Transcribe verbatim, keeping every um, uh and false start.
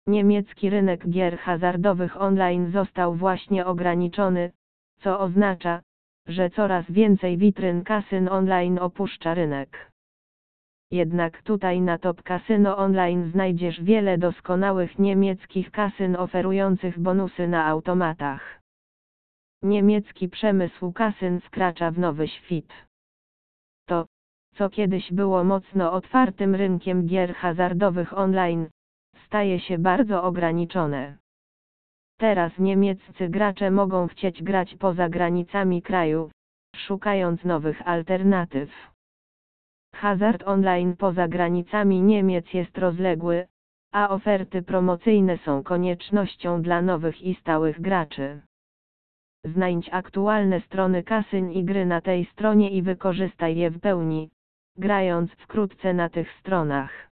Niemiecki rynek gier hazardowych online został właśnie ograniczony, co oznacza, że coraz więcej witryn kasyn online opuszcza rynek. Jednak tutaj na Top Casino Online znajdziesz wiele doskonałych niemieckich kasyn oferujących bonusy na automatach. Niemiecki przemysł kasyn wkracza w nowy świt. To, co kiedyś było mocno otwartym rynkiem gier hazardowych online, staje się bardzo ograniczone. Teraz niemieccy gracze mogą chcieć grać poza granicami kraju, szukając nowych alternatyw. Hazard online poza granicami Niemiec jest rozległy, a oferty promocyjne są koniecznością dla nowych i stałych graczy. Znajdź aktualne strony kasyn i gry na tej stronie i wykorzystaj je w pełni, grając wkrótce na tych stronach.